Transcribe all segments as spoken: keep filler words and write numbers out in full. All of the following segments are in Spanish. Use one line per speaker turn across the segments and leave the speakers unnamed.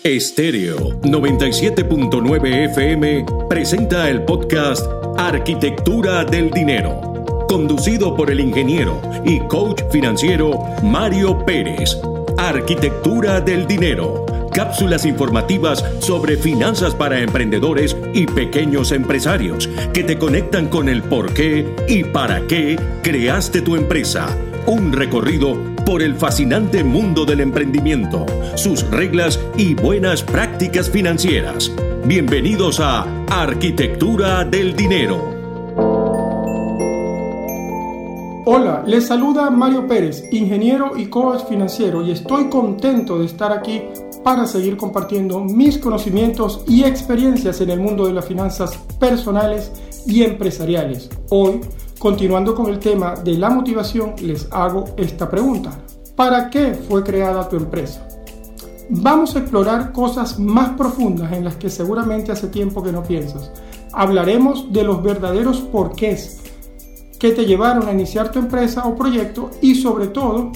Estéreo noventa y siete punto nueve F M presenta el podcast Arquitectura del Dinero, conducido por el ingeniero y coach financiero Mario Pérez. Arquitectura del Dinero, cápsulas informativas sobre finanzas para emprendedores y pequeños empresarios que te conectan con el por qué y para qué creaste tu empresa. Un recorrido por el fascinante mundo del emprendimiento, sus reglas y buenas prácticas financieras. Bienvenidos a Arquitectura del Dinero.
Hola, les saluda Mario Pérez, ingeniero y coach financiero, y estoy contento de estar aquí para seguir compartiendo mis conocimientos y experiencias en el mundo de las finanzas personales y empresariales. Hoy, continuando con el tema de la motivación, les hago esta pregunta: ¿para qué fue creada tu empresa? Vamos a explorar cosas más profundas en las que seguramente hace tiempo que no piensas. Hablaremos de los verdaderos porqués que te llevaron a iniciar tu empresa o proyecto y, sobre todo,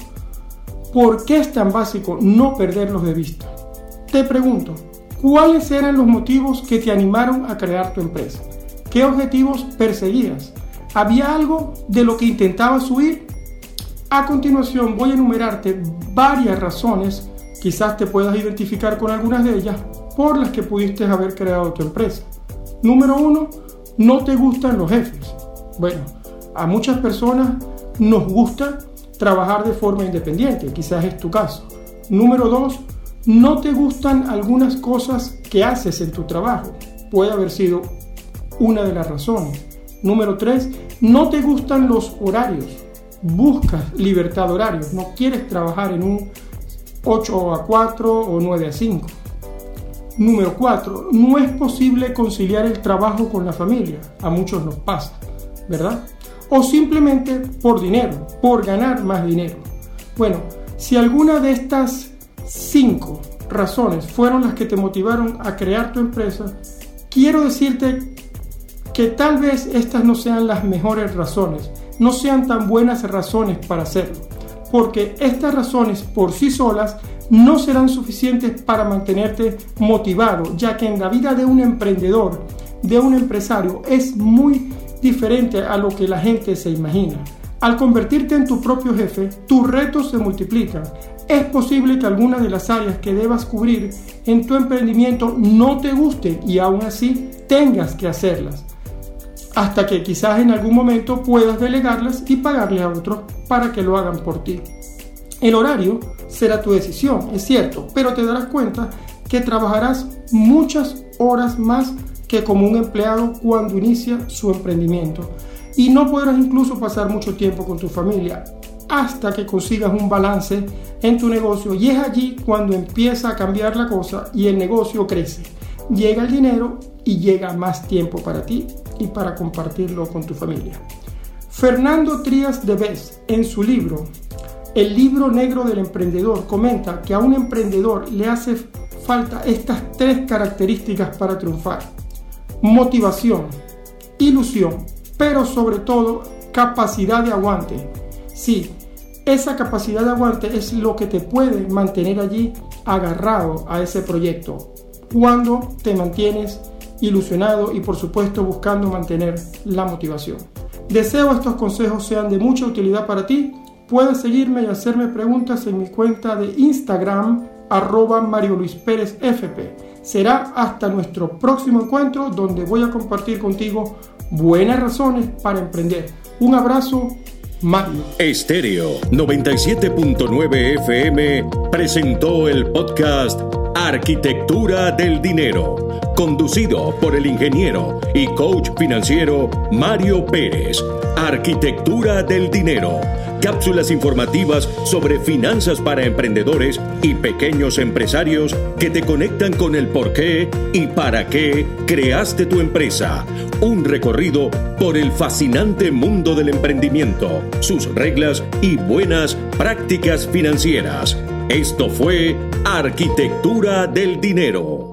por qué es tan básico no perderlos de vista. Te pregunto, ¿cuáles eran los motivos que te animaron a crear tu empresa? ¿Qué objetivos perseguías? ¿Había algo de lo que intentabas huir? A continuación voy a enumerarte varias razones, quizás te puedas identificar con algunas de ellas, por las que pudiste haber creado tu empresa. Número uno, no te gustan los jefes. Bueno, a muchas personas nos gusta trabajar de forma independiente, quizás es tu caso. Número dos, no te gustan algunas cosas que haces en tu trabajo. Puede haber sido una de las razones. Número tres, no te gustan los horarios. Buscas libertad de horarios. No quieres trabajar en un ocho a cuatro o nueve a cinco. Número cuatro, no es posible conciliar el trabajo con la familia. A muchos nos pasa, ¿verdad? O simplemente por dinero, por ganar más dinero. Bueno, si alguna de estas cinco razones fueron las que te motivaron a crear tu empresa, quiero decirte que tal vez estas no sean las mejores razones, no sean tan buenas razones para hacerlo, porque estas razones por sí solas no serán suficientes para mantenerte motivado, ya que en la vida de un emprendedor, de un empresario, es muy diferente a lo que la gente se imagina. Al convertirte en tu propio jefe, tus retos se multiplican. Es posible que algunas de las áreas que debas cubrir en tu emprendimiento no te gusten y aún así tengas que hacerlas, hasta que quizás en algún momento puedas delegarlas y pagarles a otros para que lo hagan por ti. El horario será tu decisión, es cierto, pero te darás cuenta que trabajarás muchas horas más que como un empleado cuando inicia su emprendimiento, y no podrás incluso pasar mucho tiempo con tu familia hasta que consigas un balance en tu negocio, y es allí cuando empieza a cambiar la cosa y el negocio crece, llega el dinero y llega más tiempo para ti y para compartirlo con tu familia. Fernando Trías de Bes, en su libro El libro negro del emprendedor, comenta que a un emprendedor le hace falta estas tres características para triunfar: motivación, ilusión, pero sobre todo capacidad de aguante. Sí, esa capacidad de aguante es lo que te puede mantener allí agarrado a ese proyecto cuando te mantienes ilusionado y, por supuesto, buscando mantener la motivación. Deseo estos consejos sean de mucha utilidad para ti. Puedes seguirme y hacerme preguntas en mi cuenta de Instagram arroba Mario Luis Pérez F P. Será hasta nuestro próximo encuentro, donde voy a compartir contigo buenas razones para emprender. Un abrazo, Mario.
Estéreo noventa y siete punto nueve F M presentó el podcast Arquitectura del Dinero, conducido por el ingeniero y coach financiero Mario Pérez. Arquitectura del Dinero, cápsulas informativas sobre finanzas para emprendedores y pequeños empresarios que te conectan con el por qué y para qué creaste tu empresa. Un recorrido por el fascinante mundo del emprendimiento, sus reglas y buenas prácticas financieras. Esto fue Arquitectura del Dinero.